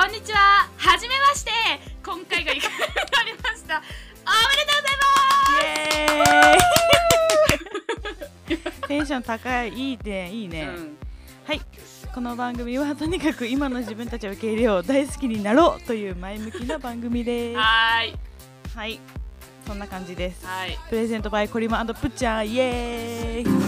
んにちは。はじめまして。今回がいかがでありました。おめでとうございます。 イエーイテンション高い。いいね、いいね、はい、この番組はとにかく今の自分たちを受け入れよう、大好きになろうという前向きな番組です。はい、そんな感じです。プレゼントバイコリマ&プッチャー、イエー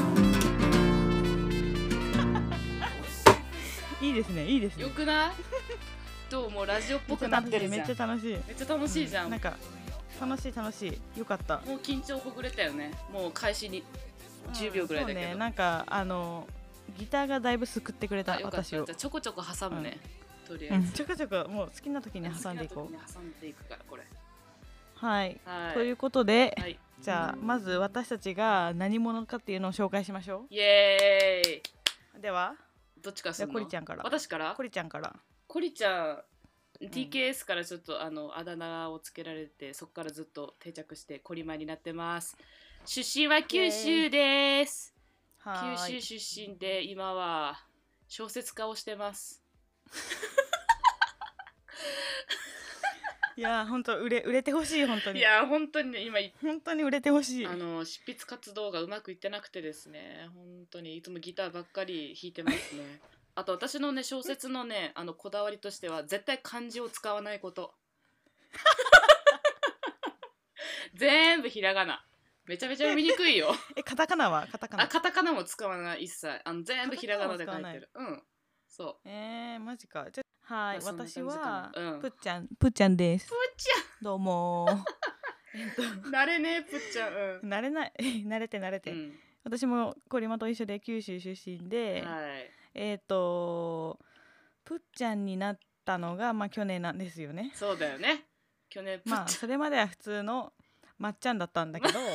イいいですね、いいですね。 よくない？どうもラジオっぽくなってるじゃん。 めっちゃ楽しい。 めっちゃ楽しいじゃん。 なんか楽しい。よかった。 もう緊張ほぐれたよね。もう開始に10秒ぐらいだけど。そうね、 なんかギターがだいぶ救ってくれた。私を。 じゃあちょこちょこ挟むね。とりあえず。 ちょこちょこもう好きな時に挟んでいこう。 挟んでいくからこれ。 はい。ということで、じゃあまず私たちが何者かっていうのを紹介しましょう。 イエーイ。 では。 どっちかするの？ コリちゃんから。 私から？ コリちゃんから。 コリちゃん、TKS からちょっとあだ名をつけられて、そこからずっと定着してコリマになってます。出身は九州です。九州出身で今は小説家をしてます。 いや本当売れてほしい。本当に。 いや本当にね、今本当に売れてほしい。 執筆活動がうまくいってなくてですね、本当にいつもギターばっかり弾いてますね。あと私のね小説のねこだわりとしては絶対漢字を使わないこと。全部ひらがな。めちゃめちゃ読みにくいよ。 カタカナは？カタカナも使わない。一切全部ひらがなで書いてる。そう。 マジか。はい、私はぷっちゃんです。 ぷっちゃん。 どうも。 慣れねえぷっちゃん。 慣れない。慣れて。私もコリマと一緒で九州出身で、ぷっちゃんになったのが去年なんですよね。 そうだよね。去年それまでは普通のまっちゃんだったんだけど。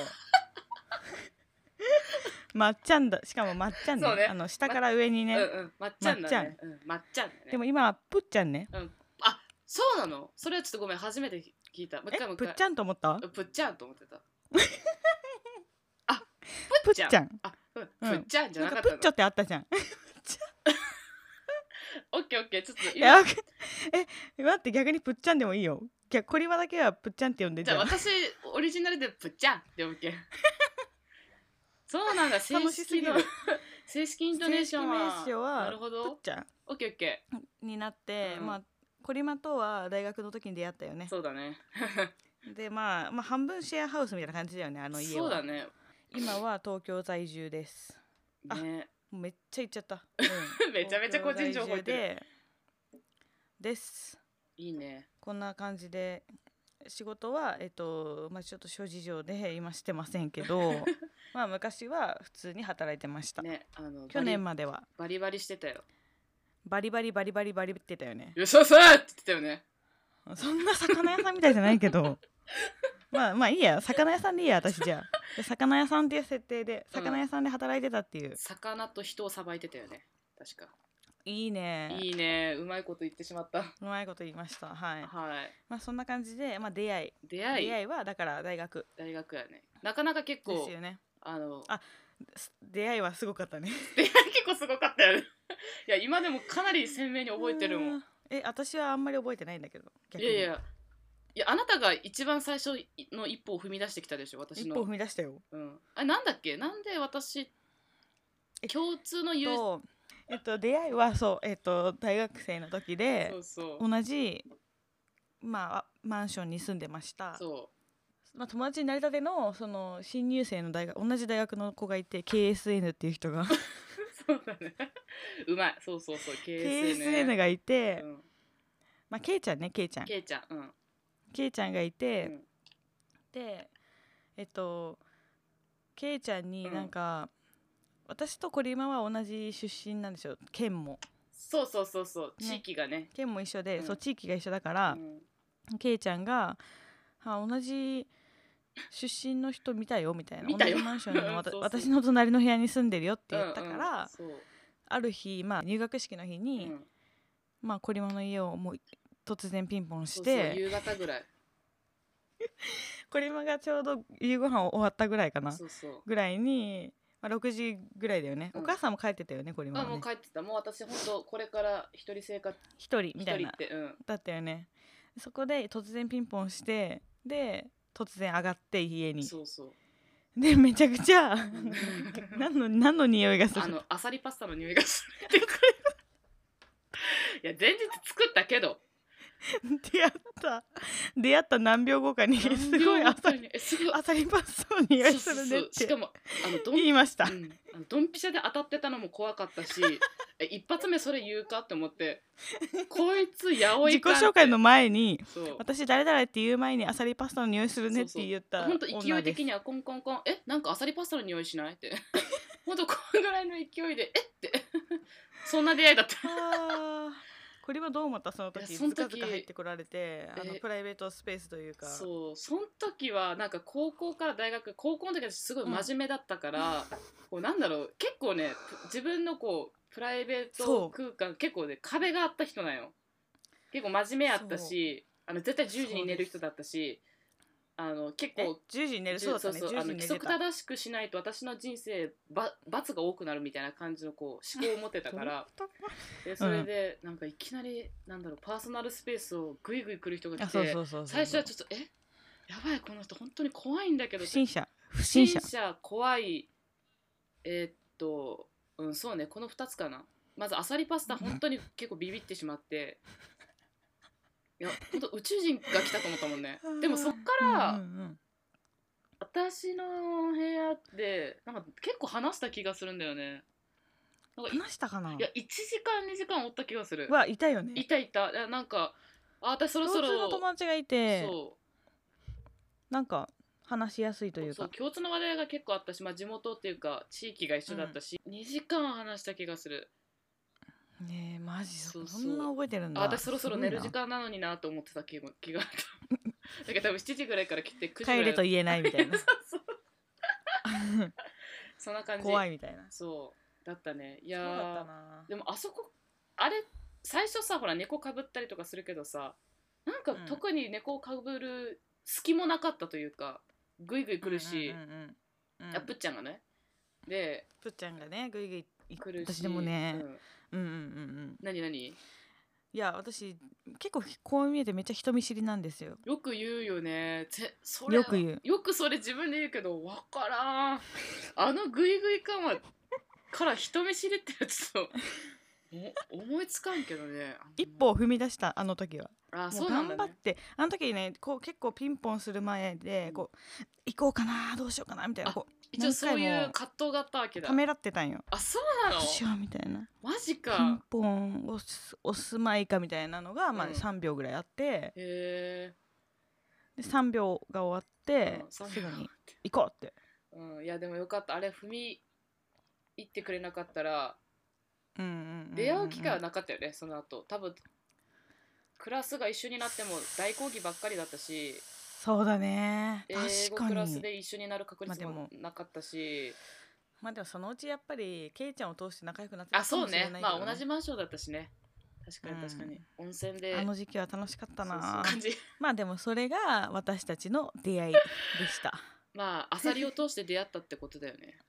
まっちゃんだ。しかもまっちゃんね。下から上にね。 まっちゃんだね。まっちゃんね。 でも今はぷっちゃんね。 あ、そうなの？それはちょっとごめん、初めて聞いた。 ぷっちゃんと思った？ ぷっちゃんと思ってた。あ、 ぷっちゃん。 ぷっちゃんじゃなかったの？ ぷっちょってあったじゃん。 オッケーちょっと待って、逆にぷっちゃんでもいいよ。コリマだけはぷっちゃんって呼んで。 じゃあ私オリジナルでぷっちゃんって呼ぶけ。そうなんだ。正式イントネーションはなるほど。 ぷっちゃん。 オッケーになって、コリマとは大学の時に出会ったよね。 そうだね。 で半分シェアハウスみたいな感じだよね、家は。そうだね。 今は東京在住です。 ね。 めっちゃ言っちゃった。 めちゃめちゃ個人情報です。 いいね。 こんな感じで仕事はちょっと諸事情で今してませんけど、昔は普通に働いてました。ね、去年まではバリバリしてたよ。 バリってたよね。 そうって言ってたよね。 そんな魚屋さんみたいじゃないけど。いいや、魚屋さんでいいや、私じゃあ。魚屋さんっていう設定で、魚屋さんで働いてたっていう。 魚と人をさばいてたよね。確か。 いいね。 うまいこと言ってしまった。 うまいこと言いました。はい。そんな感じで、出会いはだから大学やね。なかなか結構ですよね。出会いはすごかったね。 出会い結構すごかったよね。いや今でもかなり鮮明に覚えてるもん。 私はあんまり覚えてないんだけど。 いやあなたが一番最初の一歩を踏み出してきたでしょ。私の一歩踏み出したよ。 なんだっけ、なんで私共通の出会いは大学生の時で、同じマンションに住んでました。友達になりたてのその新入生の同じ大学の子がいて、 KSN っていう人がそうだね。うまい。そう KSN がいて、ケイちゃんがいて、でケイちゃんになんか、私とコリマは同じ出身なんですよ。県もそう地域がね、 県も一緒で、地域が一緒だから、ケイちゃんが同じ出身の人見たよみたいな、同じマンションの私の隣の部屋に住んでるよって言ったから、ある日入学式の日にコリマの家をもう突然ピンポンして、 夕方ぐらいコリマがちょうど夕ご飯終わったぐらいかな、ぐらいにまあ、6時ぐらいだよね、お母さんも帰ってたよねこれもね。 もう帰ってた。もう私本当これから一人生活一人みたいなって、 だったよね。そこで突然ピンポンしてで突然上がって家に。 そうそうでめちゃくちゃ何の匂いがする。 アサリパスタの匂いがするっていや前日作ったけど出会った何秒後かにすごいアサリパスタの匂いするねってしかも言いました、 ドンピシャで当たってたのも怖かったし一発目それ言うかって思ってこいつやおいか自己紹介の前に私誰々って言う前にアサリパスタの匂いするねって言ったほんと勢い的にはコンコンコンなんかアサリパスタの匂いしないってほんとこのぐらいの勢いでってそんな出会いだったこれはどう思ったその時ずかずか入ってこられてプライベートスペースというか。 その時はなんか高校から高校の時はすごい真面目だったから、こうなんだろう結構ね自分のこうプライベート空間結構ね壁があった人なんよ。結構真面目やったし絶対10時に寝る人だったし結構 10時に寝るそうだったね。 規則正しくしないと私の人生罰が多くなるみたいな感じのこう思考を持ってたからでそれでなんかいきなりなんだろうパーソナルスペースをグイグイ来る人が来て最初はちょっとやばいこの人本当に怖いんだけど不審者怖いそうねこの2つかな。まずアサリパスタ本当に結構ビビってしまっていや本当宇宙人が来たと思ったもんね。でもそっから、私の部屋でなんか結構話した気がするんだよね。 なんか話したかな。 いや1時間2時間おった気がする。 いたよね。 いたなんか私そろそろ共通の友達がいてなんか話しやすいというか共通の話題が結構あったし、地元っていうか地域が一緒だったし、2時間話した気がする。 ねえマジそんな覚えてるんだ。 私そろそろ寝る時間なのになと思ってた気があっただけど多分7時ぐらいから来て9時ぐらい帰れと言えないみたいなそんな感じ怖いみたいなそうだったね。いやそうだったな。 でもあそこ最初さほら猫かぶったりとかするけどさなんか特に猫をかぶる隙もなかったというかグイグイ来るしぷっちゃんがねぷっちゃんがねグイグイ来るし私でもね何いや私結構こう見えてめっちゃ人見知りなんですよ。 よく言うよね。 よく言う。 よくそれ自分で言うけど分からん。グイグイ感はから人見知りってちょっと思いつかんけどね。 一歩を踏み出したあの時は。 そうなんだね。 頑張ってあの時ねこう結構ピンポンする前でこう行こうかなどうしようかなみたいな一応そういう葛藤があったわけだ。 ためらってたんよ。 そうなの？ どうしようみたいな。 マジか。 ピンポン押すまいかみたいなのが3秒ぐらいあって、で3秒が終わってすぐに行こうって。 いやでもよかった。あれ踏み入ってくれなかったら出会う機会はなかったよね。その後多分クラスが一緒になっても大講義ばっかりだったし。 そうだね。 英語クラスで一緒になる確率もなかったし、 でもそのうちやっぱりケイちゃんを通して仲良くなってたかもしれないけどね。 そうね。同じマンションだったしね。確かに、温泉であの時期は楽しかったな。 そうでもそれが私たちの出会いでした。 アサリを通して出会ったってことだよね。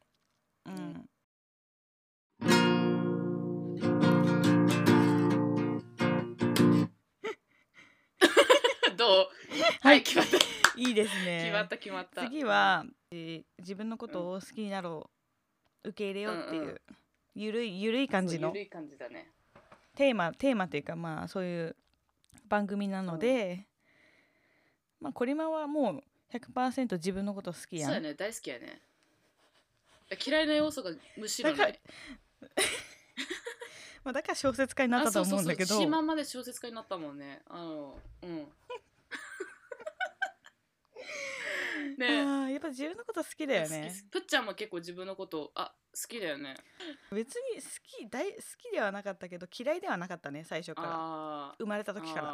どう？はい決まった。 いいですね。 決まった。 次は自分のことを好きになろう、受け入れようっていうゆるい感じのゆるい感じだね。 テーマというかそういう番組なので、コリマはもう 100% 自分のこと好きやん。 そうやね、大好きやね。嫌いな要素がむしろない。 だから小説家になったと思うんだけど。 島まで小説家になったもんね。 やっぱ自分のこと好きだよね。 ぷっちゃんも結構自分のこと好きだよね。 別に大好きではなかったけど嫌いではなかったね最初から生まれた時から。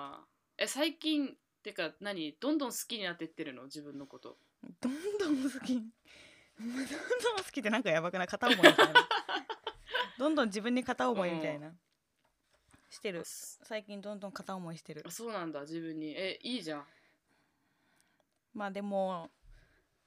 最近ってかどんどん好きになっていってるの自分のこと。 どんどん好きってなんかやばくない片思いみたいなどんどん自分に片思いみたいなしてる。最近どんどん片思いしてる。 そうなんだ自分に。いいじゃん。 でも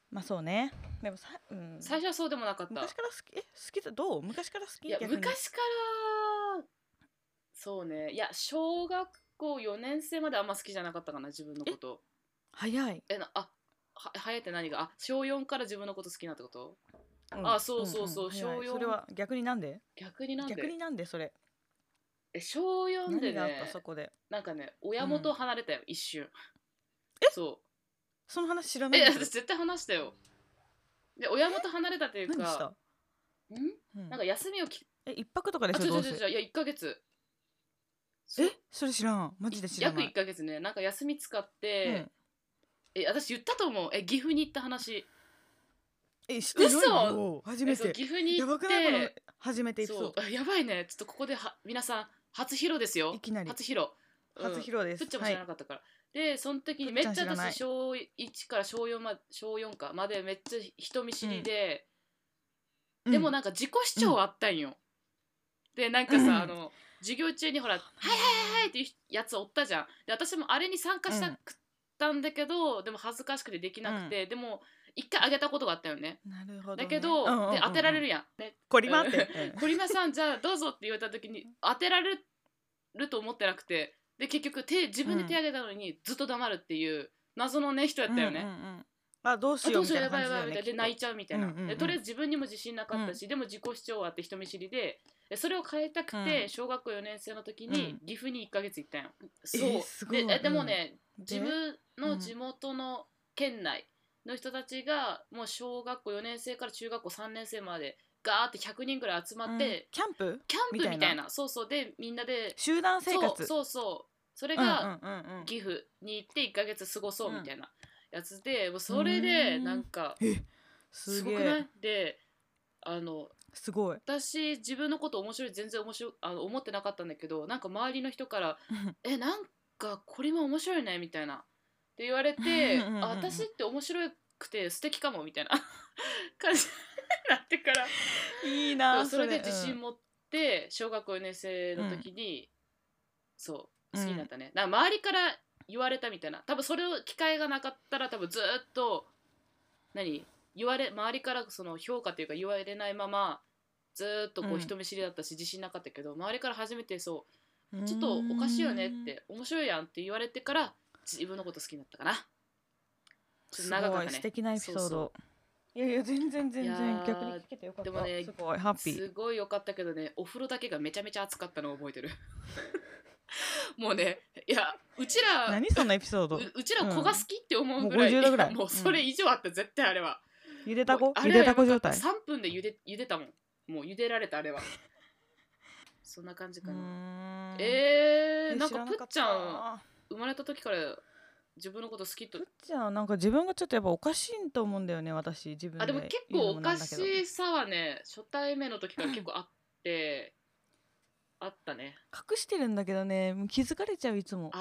まあそうね。でも最初はそうでもなかった。 昔から好きだ。どう？昔から好き？ いや昔からそうね。いや小学校4年生まであんま好きじゃなかったかな、自分のこと。 早い。 早いって何が？小4から自分のこと好きなってこと？そうそうそう、小4。 それは逆になんでそれ？ 小4でね、 何があったそこで？ なんかね、親元離れたよ、一瞬。そう。 その話知らないんだけど。 私絶対話したよ。で、親元離れたっていうか、 何した？ なんか休みを一泊とかでしょ？どうせ。 いや1ヶ月。 それ知らん。マジで知らない。 約1ヶ月ね。なんか休み使って、私言ったと思う。岐阜に行った話。 してないよ。初めて。 岐阜に行って。 やばくない？この初めてエピソード。 やばいね。ちょっとここで皆さん初披露ですよ。 いきなり初披露です。ぷっちゃんも知らなかったから。でその時にめっちゃ私小1から小4までめっちゃ人見知りで、でもなんか自己主張あったんよ。でなんかさ、授業中にほら「はいはいはい」っていうやつおったじゃん。で私もあれに参加したくったんだけど、でも恥ずかしくてできなくて、でも一回あげたことがあったよね。 なるほどね。 だけど、で当てられるやん。 コリマってコリマさんじゃあどうぞって言われた時に当てられると思ってなくて、で結局自分で手挙げたのにずっと黙るっていう謎のね人やったよね。 どうしようみたいな感じだよね。で泣いちゃうみたいな。でとりあえず自分にも自信なかったし、でも自己主張あって人見知りで、それを変えたくて、小学校4年生の時に岐阜に1ヶ月行ったんよ。そうでもね、自分の地元の県内の人たちがもう小学校4年生から中学校3年生までガーって100人ぐらい集まって、 キャンプみたいな。そうでみんなで集団生活。 それが岐阜に行って1ヶ月過ごそうみたいなやつで、もうそれでなんかすごくない？ですごい。 私自分のこと全然面白い思ってなかったんだけど、なんか周りの人からなんかこれも面白いねみたいなって言われて、私って面白くて素敵かもみたいな感じになってからいいな。 それで自信持って小学校4年生の時に、好きになったね。なんか周りから言われたみたいな。多分それを機会がなかったら多分ずっと周りからその評価というか言われないままずっとこう人見知りだったし、自信なかったけど、周りから初めてちょっとおかしいよねって面白いやんって言われてから自分のこと好きになったかな。ちょっと長かったね。 素敵なエピソード。いや全然逆に聞けてよかった。でもね、すごいハッピー。 すごいよかったけどね、お風呂だけがめちゃめちゃ暑かったのを覚えてる。もうね、いやうちら何そんなエピソード。 うちら子が好きって思うぐらい、 もう50度ぐらい。 もうそれ以上あった絶対あれは。 ゆでたこ状態。 3分でゆでたもん。もう茹でられたあれは。そんな感じかな。なんかぷっちゃん生まれた時から自分のこと好きと。 ぷっちゃんなんか自分がちょっとやっぱおかしいと思うんだよね、私自分で。 でも結構おかしさはね、初対面の時から結構あってあったね。 隠してるんだけどね、気づかれちゃういつも。 ご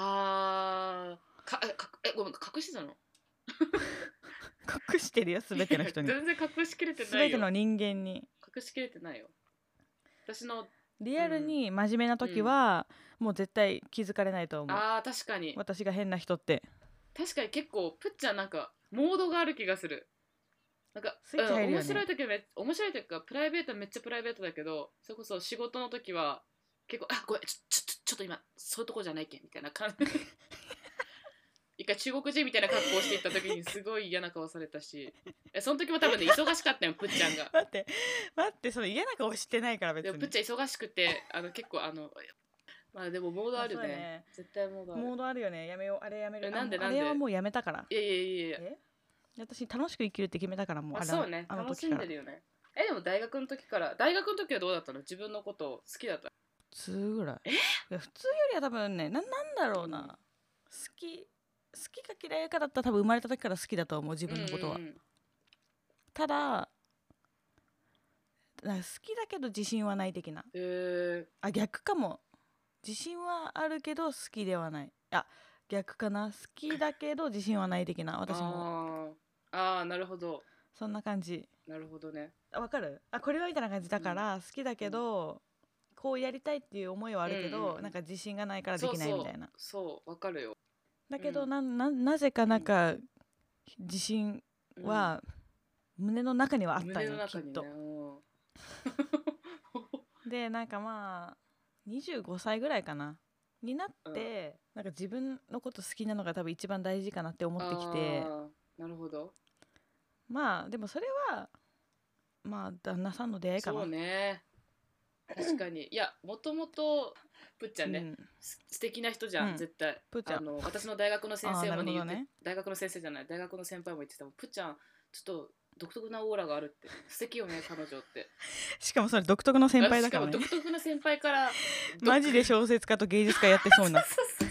めん、隠してたの？ 隠してるよ、すべての人に。 全然隠しきれてないよ。 すべての人間に隠しきれてないよ。私のリアルに真面目な時は、もう絶対気づかれないと思う。 確かに私が変な人って。 確かに結構ぷっちゃんなんかモードがある気がする。なんか面白い時は面白いというかプライベートはめっちゃプライベートだけど、それこそ仕事の時は結構ごめんちょっと今そういうとこじゃないけんみたいな感じ。一回中国人みたいな格好をしていった時にすごい嫌な顔されたし、その時も多分ね忙しかったよぷっちゃんが。 待ってその嫌な顔してないから別に。 でもぷっちゃん忙しくて結構まあでもモードあるね。絶対モードあるよね。やめよう、あれやめる。 なんであれはもうやめたから。 いや私楽しく生きるって決めたからもう。 そうね、楽しんでるよね。でも大学の時はどうだったの？自分のこと好きだった？ 普通ぐらい。いや普通よりは多分ね、なんだろうな、好きか嫌いかだったら多分生まれた時から好きだと思う、自分のことは。ただ好きだけど自信はない的な。逆かも。自信はあるけど好きではない。逆かな。好きだけど自信はない的な。私もなるほど。 そんな感じ。 なるほどね。 わかる？これはみたいな感じだから、好きだけど、こうやりたいっていう思いはあるけど、なんか自信がないからできないみたいな。 そうわかるよ。 だけどなぜかなんか自信は胸の中にはあったん胸のよ、き中にねっと。でなんかまあ25歳ぐらいかなになって、なんか自分のこと好きなのが多分一番大事かなって思ってきて、 なるほど。 まあでもそれはまあ旦那さんの出会いかな。 そうね、確かに。いや、もともとぷっちゃんね、素敵な人じゃん、絶対。 ぷっちゃん、 私の大学の先生も言って、 ね、 大学の先生じゃない、大学の先輩も言ってたもん。ぷっちゃんちょっと独特なオーラがあるって、素敵よね彼女って。しかもそれ独特の先輩だからね。 しかも独特な先輩からマジで小説家と芸術家やってそうな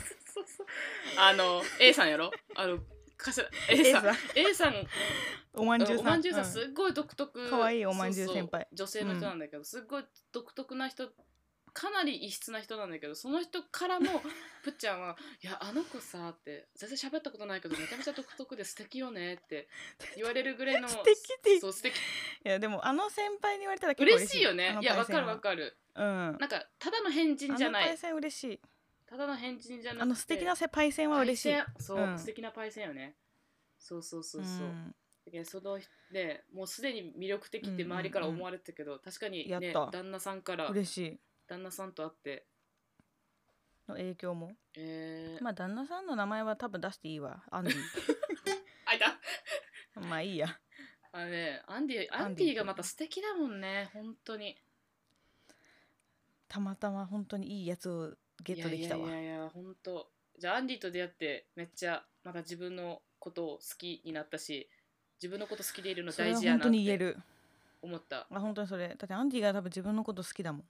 A さんやろ、A さんおまんじゅうさん、 すっごい独特、 かわいいおまんじゅう先輩、 女性の人なんだけど、すっごい独特な人、かなり異質な人なんだけど、その人からもぷっちゃんは「いやあの子さ」って「全然喋ったことないけどめちゃめちゃ独特で素敵よね」って言われるぐらいの素敵ってそう素敵。いやでも先輩に言われたら結構嬉しいよね。いやわかるわかる、なんかただの変人じゃない、 パイセン嬉しい。 ただの変人じゃなくて素敵なパイセンは嬉しい。 そう、素敵なパイセンよね。そうそうそうそう、そのね、もうすでに魅力的って周りから思われてたけど、確かにね、旦那さんから嬉しい、 旦那さんと会っての影響も、まあ旦那さんの名前は多分出していいわ、アンディあいたまあいいや。 アンディがまた素敵だもんね、本当に。 たまたま本当にいいやつをゲットできたわ。 いや本当。じゃあアンディと出会ってめっちゃまた自分のことを好きになったし、自分のこと好きでいるの大事やなって思った。 本当にそれ。だってアンディが多分自分のこと好きだもん。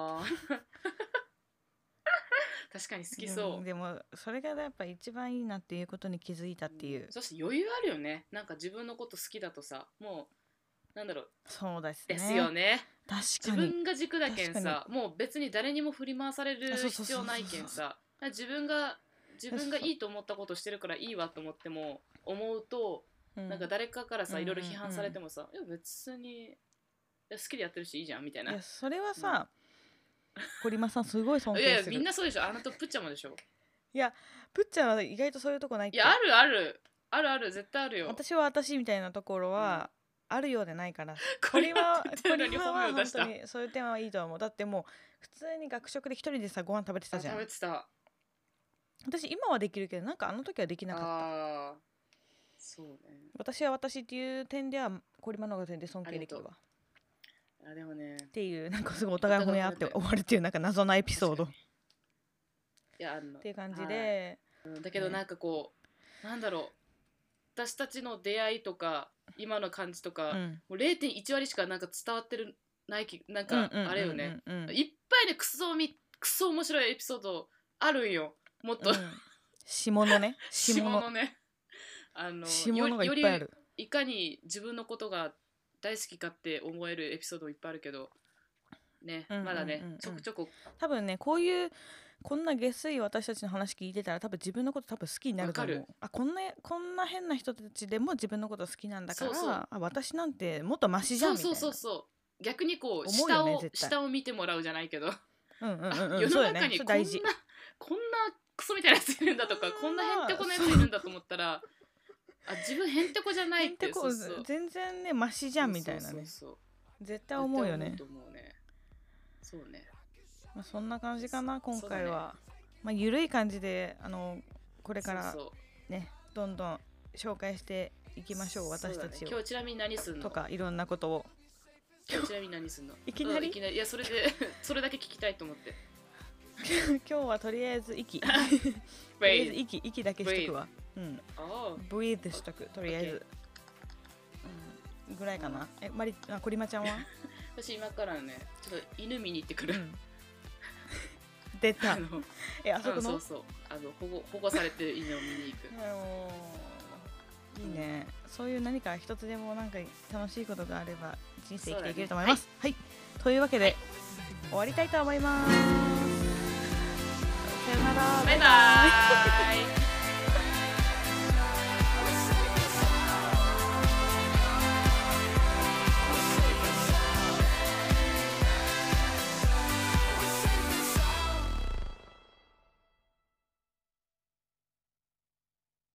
確かに好きそう。 でもそれがやっぱ一番いいなっていうことに気づいたっていう。 そして余裕あるよね。なんか自分のこと好きだとさ、もうなんだろう。 そうですね。 ですよね。 確かに。 自分が軸だけんさ、もう別に誰にも振り回される必要ないけんさ、自分がいいと思ったことしてるからいいわと思っても思うと、なんか誰かからさいろいろ批判されてもさ、いや別に好きでやってるしいいじゃんみたいな。いやそれはさ、コリマさんすごい尊敬する。 いやみんなそうでしょ。あなたプッチャもでしょ。 いやプッチャは意外とそういうとこないって。 いやある絶対あるよ。 私は私みたいなところは、あるようでないから。コリマは本当にそういう点はいいと思う。だってもう普通に学食で一人でさご飯食べてたじゃん。 食べてた。 私今はできるけど、なんかあの時はできなかった。 そうね。 私は私っていう点ではコリマの方が全然尊敬できるわ。 でもね。 っていうなんかすごいお互い褒め合って終わるっていうなんか謎なエピソード。 いやっていう感じで。 だけどなんかこう、なんだろう。私たちの出会いとか今の感じとか、もう 0.1 割しかなんか伝わってるないなんかあれよね。いっぱいでクソ面白いエピソードあるんよ。もっと、 下のね。 下のがいっぱいある。 いかに自分のことが大好きかって思えるエピソードいっぱいあるけどね、まだね、ちょくちょく多分ね、こんな下水私たちの話聞いてたら多分自分のこと多分好きになると思う。こんな変な人たちでも自分のこと好きなんだから、私なんてもっとマシじゃんみたいな。そう逆にこう下を見てもらうじゃないけど、世の中にこんなクソみたいなやついるんだとか、こんなへんてこなやついるんだと思ったら、自分へんてこじゃないって、 全然ねマシじゃんみたいなね。絶対思うよね。 そうね。 まあそんな感じかな今回は。まあ緩い感じでこれからねどんどん紹介していきましょう、私たちを。 今日ちなみに何すんの？ とかいろんなことを。 今日ちなみに何すんの？ いきなり？ いやそれだけ聞きたいと思って。 今日はとりあえず息とりあえず息だけしとくわ。breathe しとく、とりあえず、ぐらいかな。コリマちゃんは？ 私今からねちょっと犬見に行ってくる。 出た。あそこの保護されてる犬を見に行く。 いいね。そういう何か一つでもなんか楽しいことがあれば人生生きていけると思います。はい。というわけで終わりたいと思います。さよなら。 バイバイ。